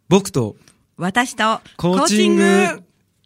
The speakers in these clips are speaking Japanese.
僕と私とコーチング。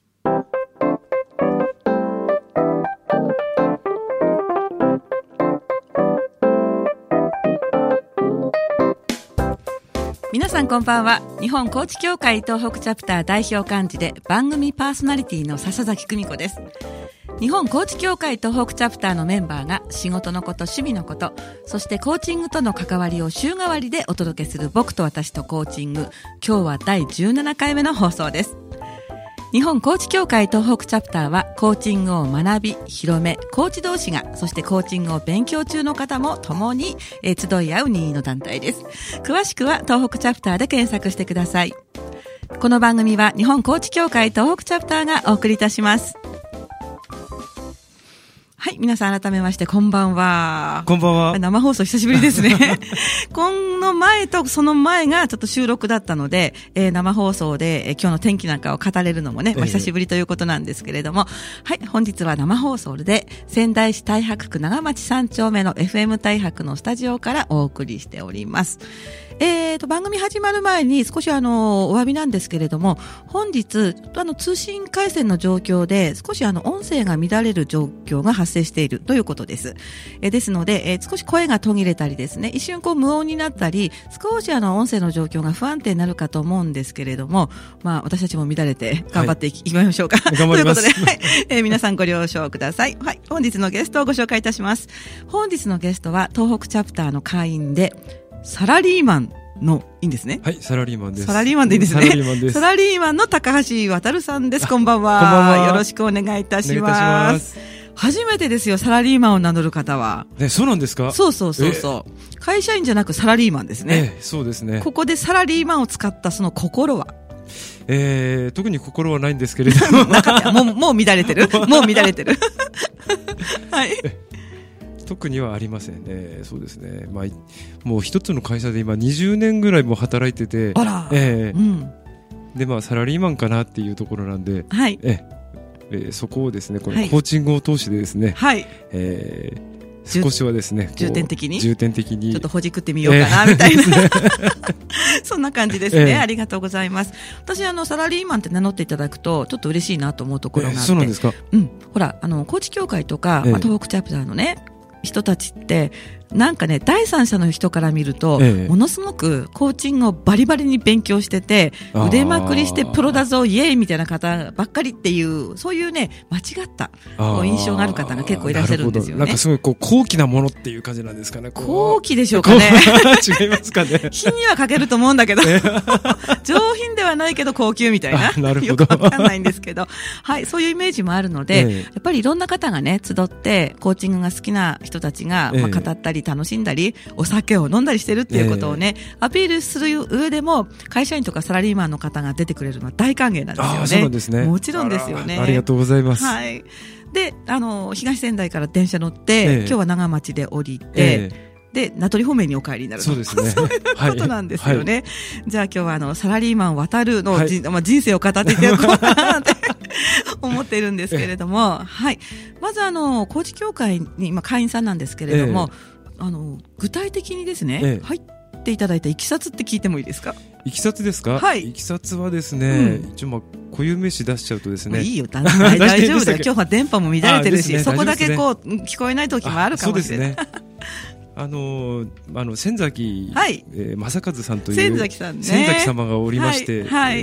皆さんこんばんは。日本コーチ協会東北チャプター代表幹事で番組パーソナリティの笹崎久美子です。日本コーチ協会東北チャプターのメンバーが仕事のこと、趣味のこと、そしてコーチングとの関わりを週替わりでお届けする僕と私とコーチング。今日は第17回目の放送です。日本コーチ協会東北チャプターはコーチングを学び、広め、コーチ同士が、そしてコーチングを勉強中の方も共に集い合う任意の団体です。詳しくは東北チャプターで検索してください。この番組は日本コーチ協会東北チャプターがお送りいたします。はい、皆さん改めましてこんばんは。 こんばんは。 生放送久しぶりですね。この前とその前がちょっと収録だったので、生放送で、今日の天気なんかを語れるのもね、久しぶりということなんですけれども、はい、本日は生放送で仙台市太白区長町3丁目の FM 太白のスタジオからお送りしております。番組始まる前に少しお詫びなんですけれども、本日通信回線の状況で少し音声が乱れる状況が発生しているということです。ですので、少し声が途切れたりですね、一瞬無音になったり、少し音声の状況が不安定になるかと思うんですけれども、私たちも乱れて頑張っていきましょうか。 頑張ります。 ということで、皆さんご了承ください。はい、本日のゲストをご紹介いたします。本日のゲストは東北チャプターの会員でサラリーマンのいいんですね。 はい、サラリーマンです。 サラリーマンでいいですね。 サラリーマンです。 サラリーマンの高橋渉さんです。こんばんは。 こんばんは。 よろしくお願いいたします。初めてですよ、サラリーマンを名乗る方は。 ね、そうなんですか？ そう。会社員じゃなくサラリーマンですね。 そうですね。 ここでサラリーマンを使ったその心は？ 特に心はないんですけれども。 もう乱れてる。はい。 特にはありませんね。そうですね。もう一つの会社で今20年ぐらいも働いてて、 あら、 でサラリーマンかなっていうところなんで、 はい。 そこをですね、このコーチングを通してですね、 はい。 少しはですね、 重点的にちょっとほじくってみようかなみたいな、そんな感じですね。ありがとうございます。私サラリーマンって名乗っていただくとちょっと嬉しいなと思うところがあって、 そうなんですか？ ほらコーチ協会とか、東北チャプターのね人たちってなんかね、第三者の人から見ると、ものすごくコーチングをバリバリに勉強してて、腕まくりしてプロだぞイエーイみたいな方ばっかりっていう、そういうね間違った印象がある方が結構いらっしゃるんですよね。 なんかすごい高貴なものっていう感じなんですかね。 高貴でしょうかね。 違いますかね。 品には欠けると思うんだけど、上品ではないけど高級みたいな。 なるほど。 よくわかんないんですけど、はい、そういうイメージもあるので、やっぱりいろんな方がね集ってコーチングが好きな人たちが、語ったり楽しんだりお酒を飲んだりしてるっていうことをね、アピールする上でも会社員とかサラリーマンの方が出てくれるのは大歓迎なんですよね。 そうなんですね。 もちろんですよね。 ありがとうございます。 はい。で東仙台から電車乗って、今日は長町で降りて、で名取方面にお帰りになる。 そうですね。 そういうことなんですよね。じゃあ今日はサラリーマン渡るの、人生を語っていただこうかなって思っているんですけれども、はい。まずコーチ協会に今会員さんなんですけれども、具体的にですね、入っていただいたいきさつって聞いてもいいですか？ いきさつですか？ はい。 いきさつはですね、一応固有名詞出しちゃうとですね。 いいよ、大丈夫だよ。今日は電波も乱れてるし、そこだけ聞こえない時もあるかもしれない。 そうですね。仙崎正和さんという仙崎さんね、 仙崎様がおりまして、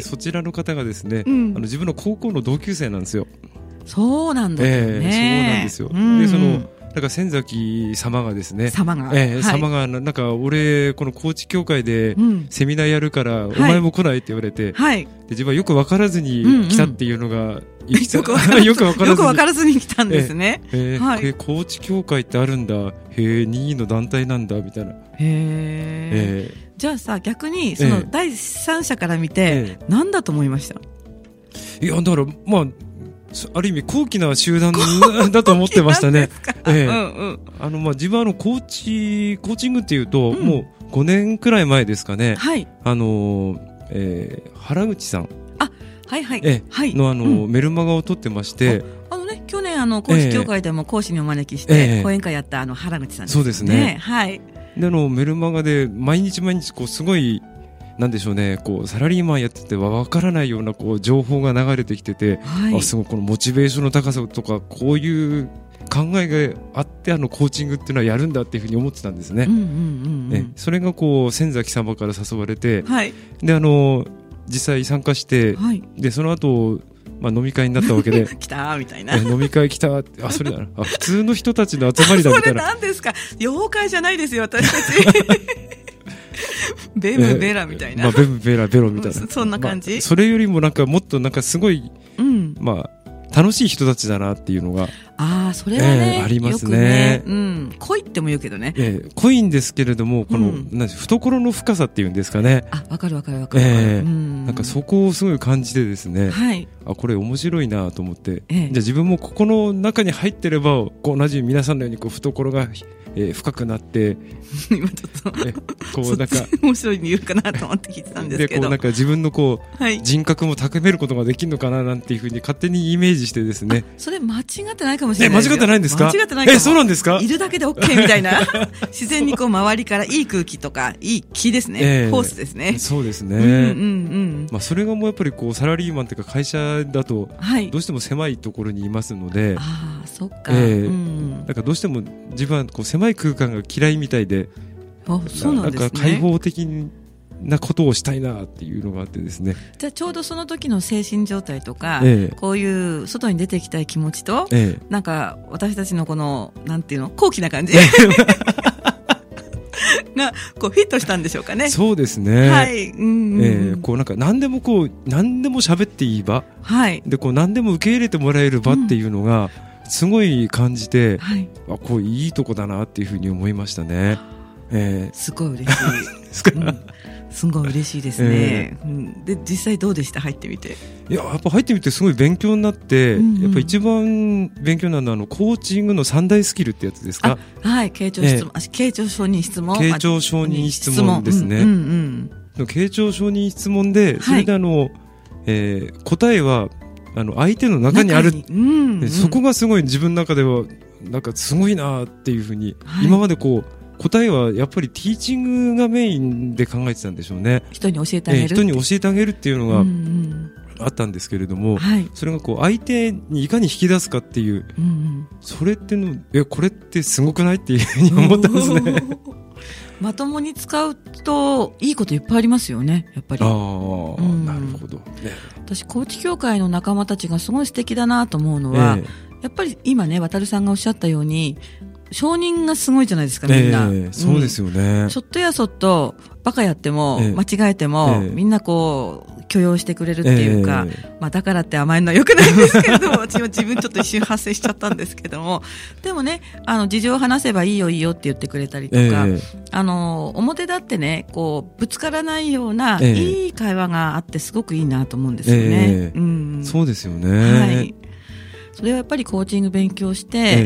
そちらの方がですね、自分の高校の同級生なんですよ。 そうなんだよね。 そうなんですよ。でだから仙崎様がですね、様がなんか俺このコーチ協会でセミナーやるからお前も来ないって言われて、で自分はよく分からずに来たっていうのがよく分からずに来たんですね。 コーチ協会ってあるんだ、任意の団体なんだみたいな。 じゃあさ、逆にその第三者から見て何だと思いました？ いや、だからある意味高貴な集団だと思ってましたね。自分はコーチングっていうと、もう5年くらい前ですかね。原口さんのメルマガを取ってまして、 去年コーチ協会でも講師にお招きして講演会やった原口さんですね。 そうですね。でメルマガで毎日すごいなんでしょうね、こうサラリーマンやってては分からないようなこう情報が流れてきてて、はい、すごいこのモチベーションの高さとかこういう考えがあってコーチングっていうのはやるんだっていうふうに思ってたんですね。それがこう仙崎様から誘われて、はい、で実際参加して、はい、でその後飲み会になったわけで来たみたいな飲み会来たそれだ普通の人たちの集まりだみたいなそれ何ですか、妖怪じゃないですよ私たちベムベラみたいな、 ベムベラベロみたいなそんな感じ、 それよりももっとすごい、楽しい人たちだなっていうのがそれはね、 ありますね。 濃いっても言うけどね、 濃いんですけれどもこの、懐の深さっていうんですかね。 わかるなんかそこをすごい感じてですね、はい、これ面白いなと思って、じゃあ自分もここの中に入ってれば同じ皆さんのように懐が深くなって今ちょっとこうなんか面白いに言うかなと思って聞いてたんですけど、 でこうなんか自分のこう、はい、人格も高めることができるのかななんていうふうに勝手にイメージしてですね。 それ間違ってないかもしれないですよ。 間違ってないんですか。 間違ってないかも。 そうなんですか。 いるだけで OK みたいな自然にこう周りからいい空気とかいい気ですね、フォースですね。 そうですね、それがもうやっぱりこうサラリーマンというか会社だとどうしても狭いところにいますので、 そっか、 なんかどうしても自分はこう狭い空間が嫌いみたいで、 そうなんですね。 なんか開放的なことをしたいなっていうのがあってですね。 じゃあちょうどその時の精神状態とか、こういう外に出ていきたい気持ちと、なんか私たちのこのなんていうの高貴な感じがこうフィットしたんでしょうかね。 そうですね、 はい、 こうなんか何でも喋っていい場、はい、でこう何でも受け入れてもらえる場っていうのがすごい感じて、こういいとこだなっていうふうに思いましたね。 すごい嬉しいすごい嬉しいですね、で実際どうでした、入ってみて。 やっぱ入ってみてすごい勉強になって、やっぱ一番勉強になるのはコーチングの3大スキルってやつですか。 はい、傾聴質問、傾聴承認質問、 傾聴承認質問ですね。傾聴承認質問で、それで答えは相手の中にある、そこがすごい自分の中ではなんかすごいなっていうふうに、今までこう答えはやっぱりティーチングがメインで考えてたんでしょうね。 人に教えてあげる、 人に教えてあげるっていうのがあったんですけれども、それがこう相手にいかに引き出すかっていう、それってこれってすごくないっていうふうに思ったんですねまともに使うといいこといっぱいありますよね、やっぱり。 なるほど、 私コーチ協会の仲間たちがすごい素敵だなと思うのは、やっぱり今ね渡さんがおっしゃったように承認がすごいじゃないですか、みんな。 そうですよね。 ちょっとやそっとバカやっても、間違えても、みんなこう許容してくれるっていうか、だからって甘えるのは良くないんですけれども私は自分ちょっと一瞬発生しちゃったんですけども、でもね事情を話せばいいよいいよって言ってくれたりとか、表だってねこうぶつからないような、いい会話があってすごくいいなと思うんですよね。 そうですよね。はい、 それはやっぱりコーチング勉強して、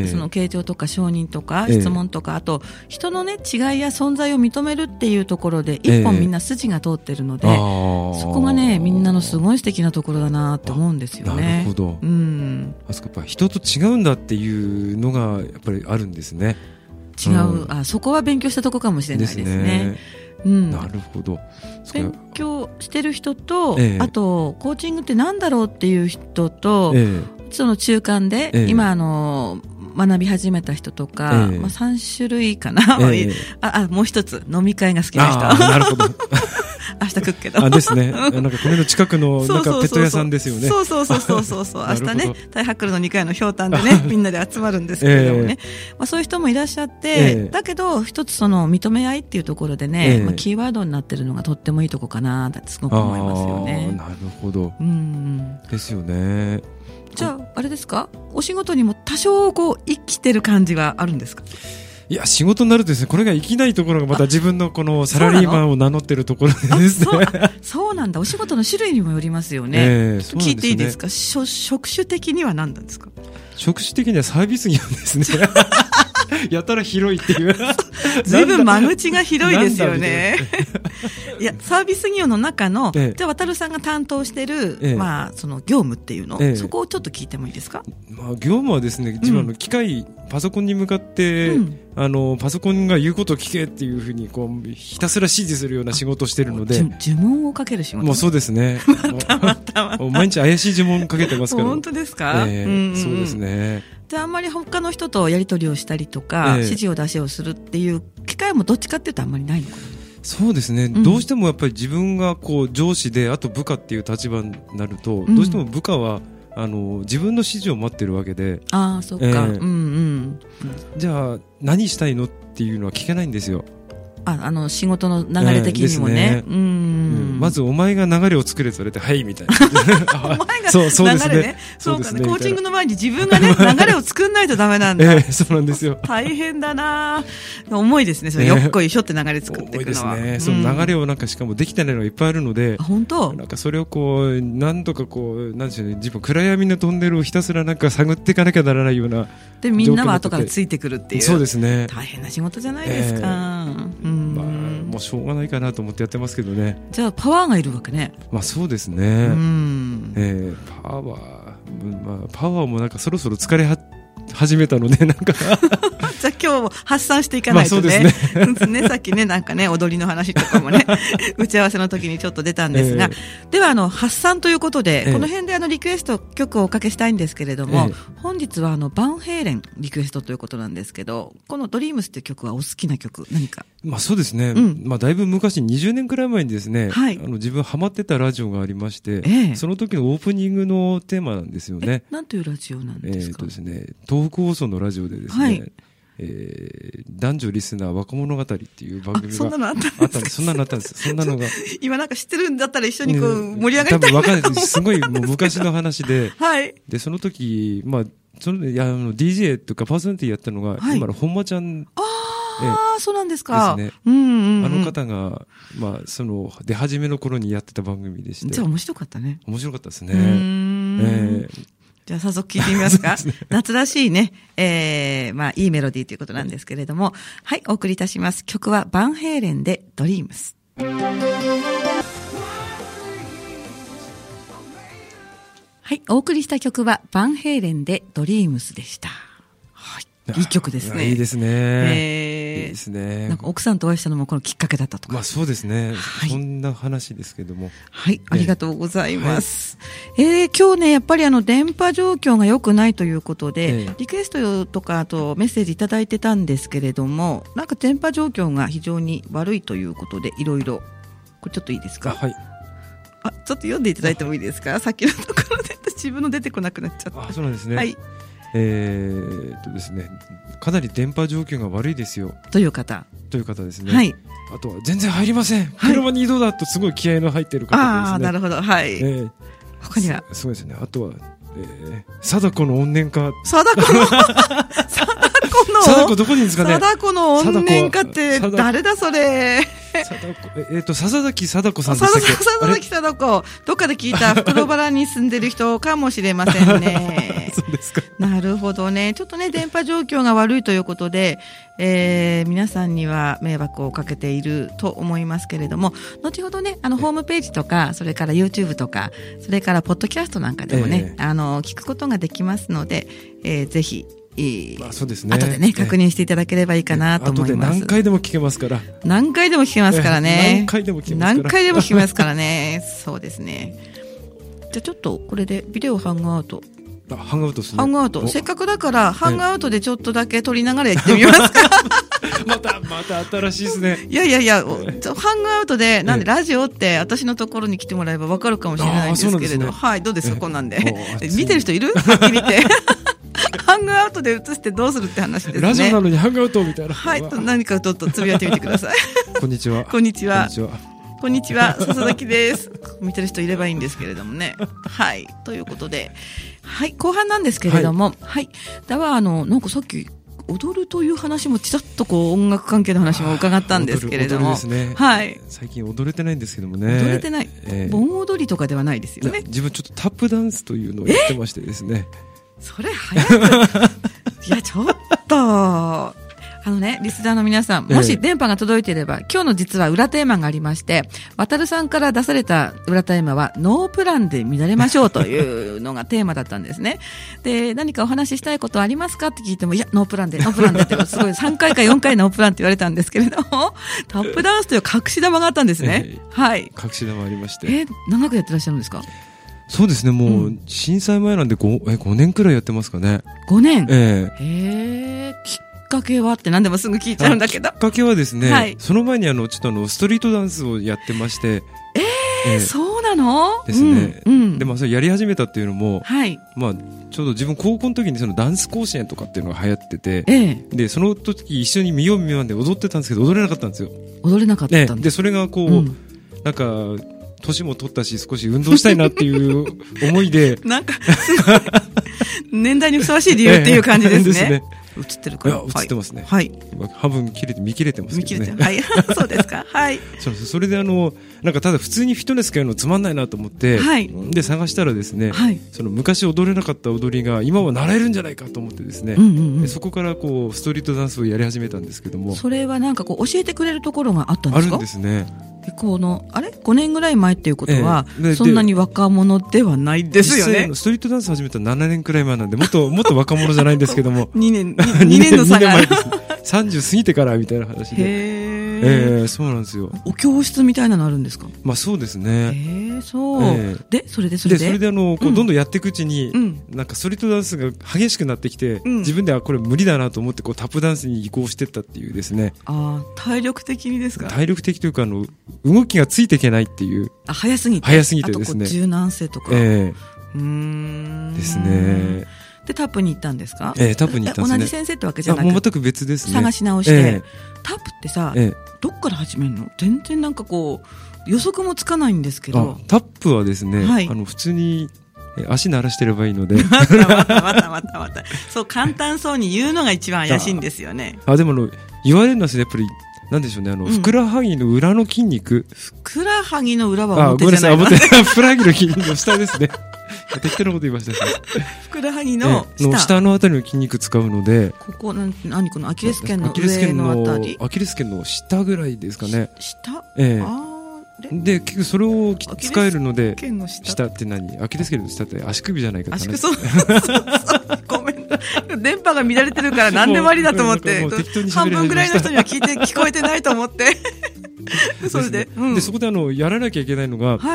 その傾聴とか承認とか質問とか、あと人のね違いや存在を認めるっていうところで一本みんな筋が通ってるので、そこがねみんなのすごい素敵なところだなって思うんですよね。 なるほど。あそこやっぱ人と違うんだっていうのがやっぱりあるんですね。 違う、そこは勉強したとこかもしれないですね。 なるほど。 勉強してる人と、あとコーチングってなんだろうっていう人と、その中間で、今学び始めた人とか、3種類かな、もう一つ飲み会が好きな人。 なるほど明日来るけどですね。なんかこれの近くのなんかペット屋さんですよね。 そう明日ね大白の2階のひょうたんでねみんなで集まるんですけれどもね、そういう人もいらっしゃって、だけど一つその認め合いっていうところでね、キーワードになってるのがとってもいいとこかなってすごく思いますよね。 なるほど。ですよね。 じゃああれですか、お仕事にも多少こう生きてる感じはあるんですか。 いや仕事になるとですね、これが生きないところがまた自分のこのサラリーマンを名乗ってるところですね。 そうなんだ。お仕事の種類にもよりますよね。聞いていいですか。職種的には何なんですか。 職種的にはサービス業ですね。やたら広いっていうずいぶん間口が広いですよね。いや、サービス業の中の、じゃあ、渡さんが担当してる、まあ、その業務っていうの、そこをちょっと聞いてもいいですか？ まあ、業務はですね、自分機械、パソコンに向かって、パソコンが言うことを聞けっていうふうに、こう、ひたすら指示するような仕事をしてるので。 呪文をかける仕事？ もうそうですね。また毎日怪しい呪文かけてますから。 本当ですか？ そうですね。 で、あんまり他の人とやり取りをしたりとか、指示を出しをするっていう機会もどっちかっていうとあんまりないのかな？ そうですね、どうしてもやっぱり自分がこう上司であと部下っていう立場になると、どうしても部下は自分の指示を待ってるわけで、 ああ、そっか、 じゃあ何したいのっていうのは聞けないんですよ。 仕事の流れ的にもね。 まずお前が流れを作れと言われて、はいみたいな。 お前が流れね。そうかね。コーチングの前に自分がね、流れを作んないとダメなんだ。 そうなんですよ。 大変だな。重いですね。それよっこいしょって流れ作っていくのは。 重いですね。その流れをなんかしかもできてないのがいっぱいあるので。 本当？ なんかそれをこう、なんとかこう、なんでしょうね、自分暗闇のトンネルをひたすらなんか探っていかなきゃならないような。 で、みんなは後からついてくるっていう。 そうですね。 大変な仕事じゃないですか。 もうしょうがないかなと思ってやってますけどね。 じゃあパワーがいるわけね。 まあそうですね。パワーもなんかそろそろ疲れ始めたので、なんかじゃあ今日発散していかないとね。そうですね。さっきね、なんかね、踊りの話とかもね、打ち合わせの時にちょっと出たんですが、では発散ということで、この辺でリクエスト曲をおかけしたいんですけれども、本日はバンヘイレンリクエストということなんですけど、このドリームスという曲はお好きな曲、何か？ まあそうですね。まあだいぶ昔、20年くらい前にですね、自分ハマってたラジオがありまして、その時のオープニングのテーマなんですよね。 なんというラジオなんですか？ ですね、東北放送のラジオでですね、男女リスナー若物語っていう番組がそんなのあったんです。 そんなのあったんです。そんなのが今なんか知ってるんだったら一緒にこう盛り上がりたいな。 多分わかんないです。すごいもう昔の話で、でその時まあ DJ とかパーソナリティやったのが、今の本間ちゃん。 そうなんですか。 ですね。あの方がまあその出始めの頃にやってた番組でして。 じゃあ面白かったね。 面白かったですね。 じゃあ早速聞いてみますか。夏らしいね、まあいいメロディーということなんですけれども、はい、お送りいたします。曲はバンヘイレンでドリームス。はい、お送りした曲はバンヘイレンでドリームスでした。はい。いい曲ですね。 いいですね。いいですね。 なんか奥さんとお会いしたのもこのきっかけだったとか。 まあそうですね。そんな話ですけども。 はい、ありがとうございます。今日ね、やっぱり電波状況が良くないということで、リクエストとかあとメッセージいただいてたんですけれども、なんか電波状況が非常に悪いということで、いろいろ、これちょっといいですか？ はい。 ちょっと読んでいただいてもいいですか？さっきのところで自分の出てこなくなっちゃった。 そうなんですね。 はい。 ですね、かなり電波状況が悪いですよ。 という方ですね。 はい。 あとは全然入りません。車に移動だとすごい気合の入っている方ですね。 ああ、なるほど。はい。他にはそうですね。あとは、貞子の怨念家。 貞子どこにいるんですかね。 貞子の怨念家って誰だそれ。 笹崎貞子さんでしたっけ？ 笹崎貞子、どっかで聞いた袋原に住んでる人かもしれませんね。 そうですか。 なるほどね。ちょっとね、電波状況が悪いということで、皆さんには迷惑をかけていると思いますけれども、後ほどね、ホームページとか、それから YouTube とか、それからポッドキャストなんかでもね、聞くことができますので、ぜひ、 そうですね。 後でね、確認していただければいいかなと思います。 後で何回でも聞けますから。 何回でも聞けますからね。 何回でも聞けますから。 何回でも聞けますからね。そうですね。じゃあちょっとこれでビデオハングアウト。 ハングアウトですね。 ハングアウト。せっかくだから、ハングアウトでちょっとだけ撮りながらやってみますか。 また新しいですね。 いや、ハングアウトで、なんでラジオって私のところに来てもらえば分かるかもしれないんですけれど。はい、どうですか、こんなんで。見てる人いる？はっきり言って。ハングアウトで映してどうするって話ですね。 ラジオなのにハングアウトみたいな。 はい、何かちょっとつぶやいてみてください。 こんにちは。 こんにちは。笹崎です。見てる人いればいいんですけれどもね。はい。ということで。はい。後半なんですけれども。はい。では、なんかさっき、踊るという話もちらっとこう音楽関係の話も伺ったんですけれども。 ですね。 はい。 最近踊れてないんですけどもね。 踊れてない。盆踊りとかではないですよね。 自分ちょっとタップダンスというのをやってましてですね。 それ早く。いや、ちょっと。 リスナーの皆さん、もし電波が届いていれば、今日の実は裏テーマがありまして、渡るさんから出された裏テーマは、ノープランで乱れましょうというのがテーマだったんですね。で、何かお話ししたいことはありますかって聞いても、いや、ノープランでって、すごい3回か4回ノープランって言われたんですけれども、タップダンスという隠し玉があったんですね。はい。 隠し玉ありまして。 長くやってらっしゃるんですか？ そうですね、もう、震災前なんで5年くらいやってますかね。 5年？きっかけはって何でもすぐ聞いちゃうんだけど。 きっかけはですね、その前にちょっとストリートダンスをやってまして。 そうなのですね。で、それやり始めたっていうのも、ちょうど自分高校の時にそのダンス甲子園とかっていうのが流行ってて、で、その時一緒に見よう見まねで踊ってたんですけど、踊れなかったんですよ。 踊れなかったんで、それがなんか、年も取ったし少し運動したいなっていう思いでなんか年代にふさわしい理由っていう感じですね。映ってるから。 映ってますね。 はい。 半分見切れてますけどね。 はい。そうですか。はい。 それでなんかただ普通にフィットネス通うのつまんないなと思って、で探したらですね、その昔踊れなかった踊りが今は習えるんじゃないかと思ってですね、そこからストリートダンスをやり始めたんですけども。 それはなんか教えてくれるところがあったんですか？ あるんですね。 5年ぐらい前っていうことは、そんなに若者ではないですよね。 ストリートダンス始めたの7年くらい前なんで、もっと若者じゃないんですけども。 2年の差がある。 30過ぎてからみたいな話で。そうなんですよ。 お教室みたいなのあるんですか？ そうですね。 そう。で、それでどんどんやっていくうちに、なんかストリートダンスが激しくなってきて、自分ではこれ無理だなと思ってタップダンスに移行していったっていうですね。 体力的にですか？ 体力的というか動きがついていけないっていう。 早すぎてですね。あと柔軟性とか。ですね。 で、タップに行ったんですか？ タップに行ったんですね。 同じ先生ってわけじゃなくて。 全く別ですね。 探し直して。タップってさ、どっから始めるの？全然なんか予測もつかないんですけど。 タップはですね、普通に足鳴らしてればいいので。 また。そう、簡単そうに言うのが一番怪しいんですよね。 でも言われるのはやっぱり、なんでしょうね、ふくらはぎの裏の筋肉。 ふくらはぎの裏は表じゃないの？ ごめんなさい、ふくらはぎの筋肉の下ですね。適当なこと言いましたね。 ふくらはぎの下のあたりの筋肉使うので、 このアキレス腱の上のあたり、 アキレス腱の下ぐらいですかね。 下？ で、結局それを使えるので、下って何？アキレス腱の下って足首じゃないかって話。 そう。ごめん。電波が乱れてるから何でもありだと思って、半分ぐらいの人には聞こえてないと思って。それで。 そこでやらなきゃいけないのが、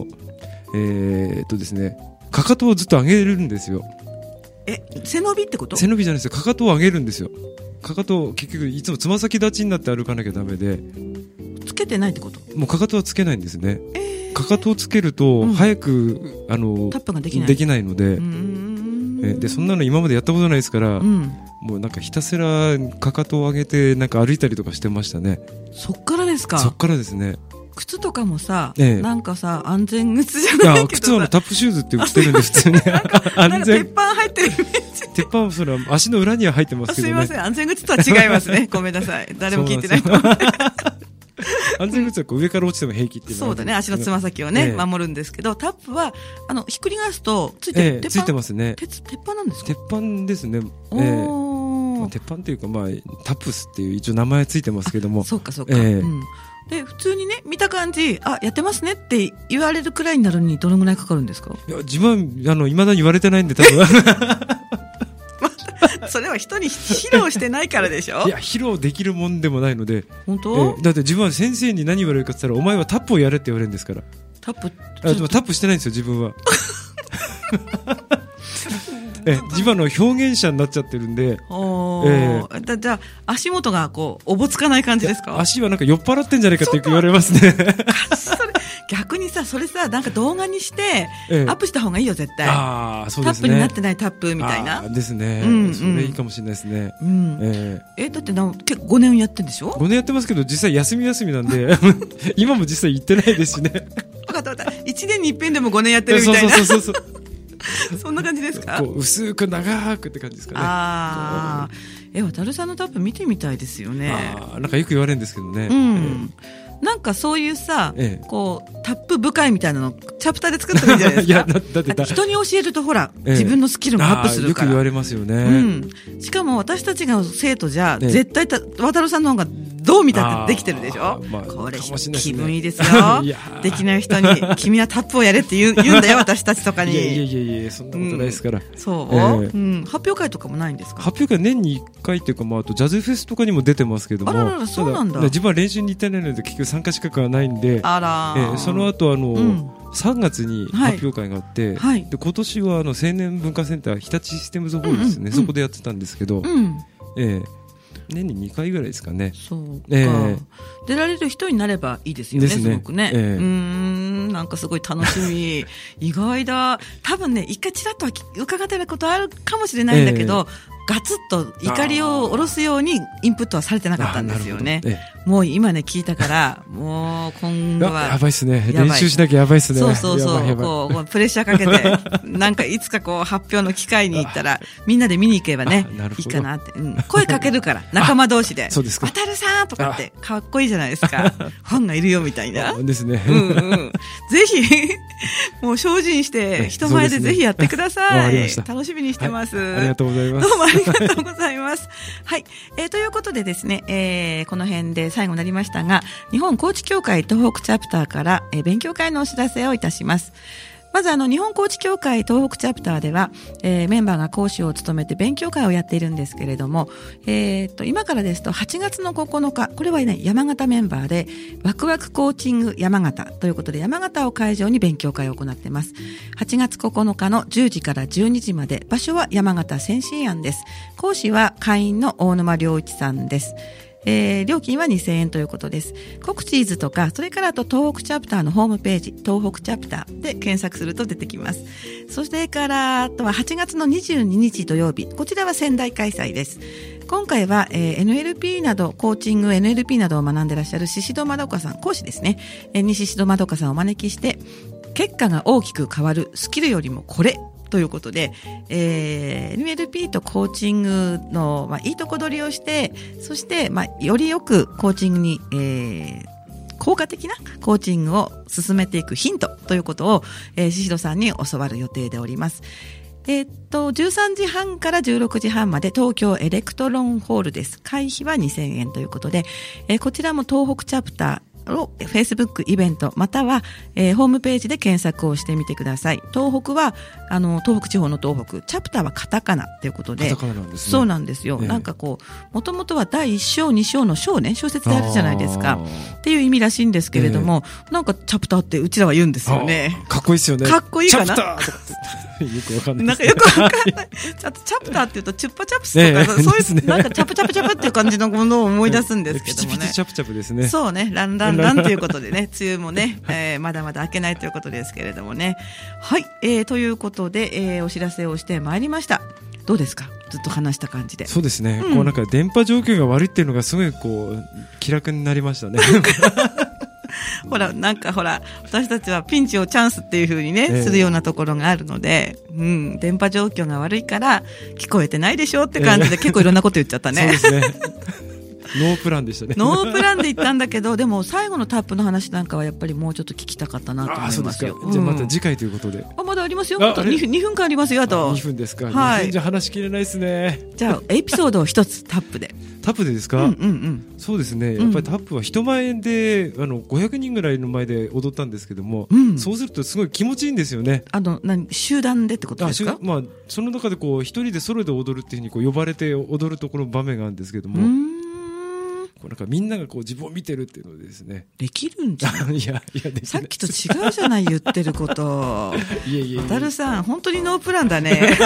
ですね、かかとをずっと上げるんですよ。 背伸びってこと？ 背伸びじゃないですよ。かかとを上げるんですよ。かかとを結局いつもつま先立ちになって歩かなきゃダメで。 つけてないってこと？ もうかかとはつけないんですね。かかとをつけると早くタップができないので、でそんなの今までやったことないですから、もうなんかひたすらかかとを上げてなんか歩いたりとかしてましたね。 そっからですか？ そっからですね。 靴とかもさ、なんかさ、安全靴じゃないけどさ。 靴はタップシューズって売ってるんで普通に。 安全。鉄板入ってるイメージ。 鉄板はそれは足の裏には入ってますけどね。 すいません、安全靴とは違いますね。ごめんなさい。誰も聞いてないと思って。 安全靴は上から落ちても平気っていう。 そうだね、足のつま先をね、守るんですけど、タップはひっくり返すとついてる。 ついてますね。 鉄板なんですか？ 鉄板ですね。鉄板っていうかタップスっていう一応名前ついてますけども。 そうか。で、普通にね、見た感じ、やってますねって言われるくらいになるにどのぐらいかかるんですか？ いや、自分は、未だに言われてないんで、多分。 それは人に披露してないからでしょ？ いや、披露できるもんでもないので。 本当？ だって自分は先生に何言われるかって言ったら、お前はタップをやれって言われるんですから。 タップ？ でもタップしてないんですよ、自分は。自分の表現者になっちゃってるんで。 じゃあ足元がおぼつかない感じですか？ 足はなんか酔っ払ってんじゃないかって言われますね。 逆にさ、それさ、なんか動画にしてアップした方がいいよ絶対。 そうですね。 タップになってないタップみたいな。 ですね。それいいかもしれないですね。 だって結構5年やってんでしょ？ 5 年やってますけど実際休みなんで今も実際行ってないですしね。 分かった。1年に一遍でも5年やってるみたいな。 そう。 そんな感じですか？ 薄く長くって感じですかね。 渡るさんのタップ見てみたいですよね。 なんかよく言われるんですけどね。 なんかそういうさ、タップ部会みたいなのチャプターで作ってもいいじゃないですか。 いや、だって人に教えるとほら、自分のスキルもアップするから。 よく言われますよね。 うん。しかも私たちが生徒じゃ、絶対渡さんの方がどう見たってできてるでしょ。これ、気分いいですよ。できない人に、君はタップをやれって言うんだよ、私たちとかに。 いや、そんなことないですから。 そう、発表会とかもないんですか？ 発表会年に1回っていうか、あとジャズフェスとかにも出てますけども。 あら、そうなんだ。 自分は練習に行ってないので、結局参加資格がないんで、その後3月に発表会があって、で今年は青年文化センター日立システムズホールですね、そこでやってたんですけど、年に2回ぐらいですかね。 そうか、出られる人になればいいですよね、すごくね。なんかすごい楽しみ。意外だ。多分ね、一回ちらっと伺ってたことあるかもしれないんだけど、ガツッと怒りを下ろすようにインプットはされてなかったんですよね。もう今ね、聞いたから、もう今度は。 やばいっすね。練習しなきゃやばいっすね。 そう。こう、プレッシャーかけて、なんかいつかこう、発表の機会に行ったら、みんなで見に行けばね、いいかなって。声かけるから、仲間同士で。 そうですか。 渡るさんとかって、かっこいいじゃないですか。ファンがいるよみたいな。 ですね。 ぜひ、もう精進して、人前でぜひやってください。楽しみにしてます。 ありがとうございます。 どうもありがとうございます。はい。ということでですね、この辺で最後になりましたが、日本コーチ協会東北チャプターから、勉強会のお知らせをいたします。まず日本コーチ協会東北チャプターでは、メンバーが講師を務めて勉強会をやっているんですけれども、今からですと8月の9日、これはね、山形メンバーで、ワクワクコーチング山形ということで、山形を会場に勉強会を行っています。8月9日の10時から12時まで、場所は山形先進庵です。講師は会員の大沼良一さんです。料金は2000円ということです。告知図とか、それからあと東北チャプターのホームページ、東北チャプターで検索すると出てきます。そしてからあとは8月の22日土曜日、こちらは仙台開催です。今回は、NLP など、コーチング NLP などを学んでいらっしゃる宍戸まどかさん、講師ですね。宍戸まどかさんをお招きして、結果が大きく変わるスキルよりもこれということで、NLP とコーチングの、いいとこ取りをして、そして、よりよくコーチングに、効果的なコーチングを進めていくヒントということを、宍戸さんに教わる予定でおります。13時半から16時半まで東京エレクトロンホールです。会費は2000円ということで、こちらも東北チャプター、Facebook イベントまたは、ホームページで検索をしてみてください。東北は東北地方の東北、チャプターはカタカナということで、 カタカナなんですね。 そうなんですよ。なんかこうもともとは第1章2章の章ね、小説であるじゃないですかっていう意味らしいんですけれども、なんかチャプターってうちらは言うんですよね。 かっこいいですよね。 かっこいいかな。 チャプターよくわかんない。 なんかよくわかんない。あとチャプターって言うとチュッパチャプスとか、そういうなんかチャプチャプチャプっていう感じのものを思い出すんですけどもね。 ピチピチチャプチャプですね。 そうね、ランランランということでね、梅雨もね、まだまだ明けないということですけれどもね。はい、ということで、お知らせをしてまいりました。どうですか、ずっと話した感じで。 そうですね、こうなんか電波状況が悪いっていうのがすごいこう気楽になりましたね。 なんか私たちはピンチをチャンスっていう風にね、するようなところがあるので、電波状況が悪いから聞こえてないでしょって感じで、結構いろんなこと言っちゃったね。 そうですね。ノープランでしたね。 ノープランで行ったんだけど、でも最後のタップの話なんかはやっぱりもうちょっと聞きたかったなと思いますよ。 じゃあまた次回ということで。 まだありますよ。あと2分間ありますよ。あと 2分ですか。 はい。 2分じゃ話しきれないですね。 じゃあエピソードを一つタップで。 タップでですか？そうですね。やっぱりタップは人前で500人ぐらいの前で踊ったんですけども、そうするとすごい気持ちいいんですよね。 集団でってことですか？ その中でこう一人でソロで踊るっていうふうにこう呼ばれて踊るところの場面があるんですけども。なんかみんながこう自分を見てるっていうのでですね。 できるんじゃん。 いやさっきと違うじゃない、言ってること。渡るさん、本当にノープランだね。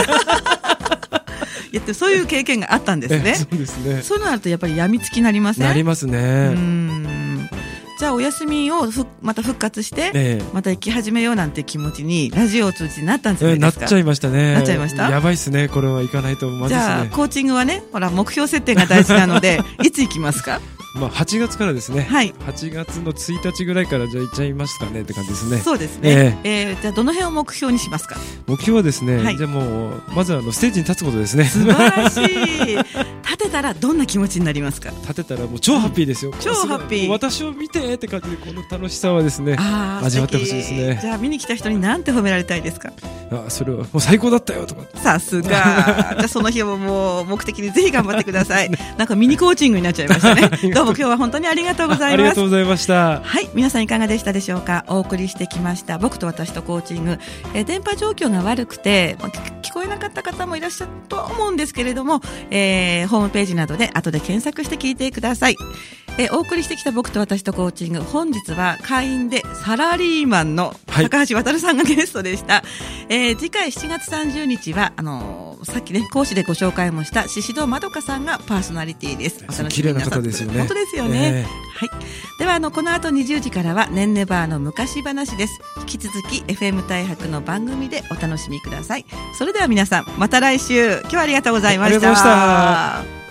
そういう経験があったんですね。 そうですね。 そうなるとやっぱり病みつきになりません？ なりますね。 じゃあお休みをまた復活して、また生き始めようなんて気持ちにラジオを通じてなったんじゃないですか？ なっちゃいましたね。 なっちゃいました。 やばいですね。これはいかないとまずいですね。 じゃあコーチングはね、目標設定が大事なので、いつ行きますか ？8月からですね。 はい。 8月の1日ぐらいからじゃあ行っちゃいますかねって感じですね。 そうですね。じゃあどの辺を目標にしますか？ 目標はですね、じゃあもうまずステージに立つことですね。 素晴らしい。立てたらどんな気持ちになりますか？ 立てたらもう超ハッピーですよ。 超ハッピー。 私を見てって感じで、この楽しさはですね、味わってほしいですね。 じゃあ見に来た人になんて褒められたいですか？ それはもう最高だったよとか。 さすが。じゃあその日ももう目的にぜひ頑張ってください。なんかミニコーチングになっちゃいましたね。どうも今日は本当にありがとうございます。 ありがとうございました。 はい、皆さんいかがでしたでしょうか？お送りしてきました僕と私とコーチング、電波状況が悪くて聞こえなかった方もいらっしゃるとは思うんですけれども、ホームページなどで後で検索して聞いてください。お送りしてきた僕と私とコーチング、本日は会員でサラリーマンの高橋渡さんがゲストでした。次回7月30日はさっきね講師でご紹介もした宍戸まどかさんがパーソナリティです。お楽しみになさって。綺麗な方ですよね。本当ですよね。はい。ではこの後20時からはねんねバーの昔話です。引き続き FM 大白の番組でお楽しみください。それでは皆さんまた来週。今日はありがとうございました。 ありがとうございました。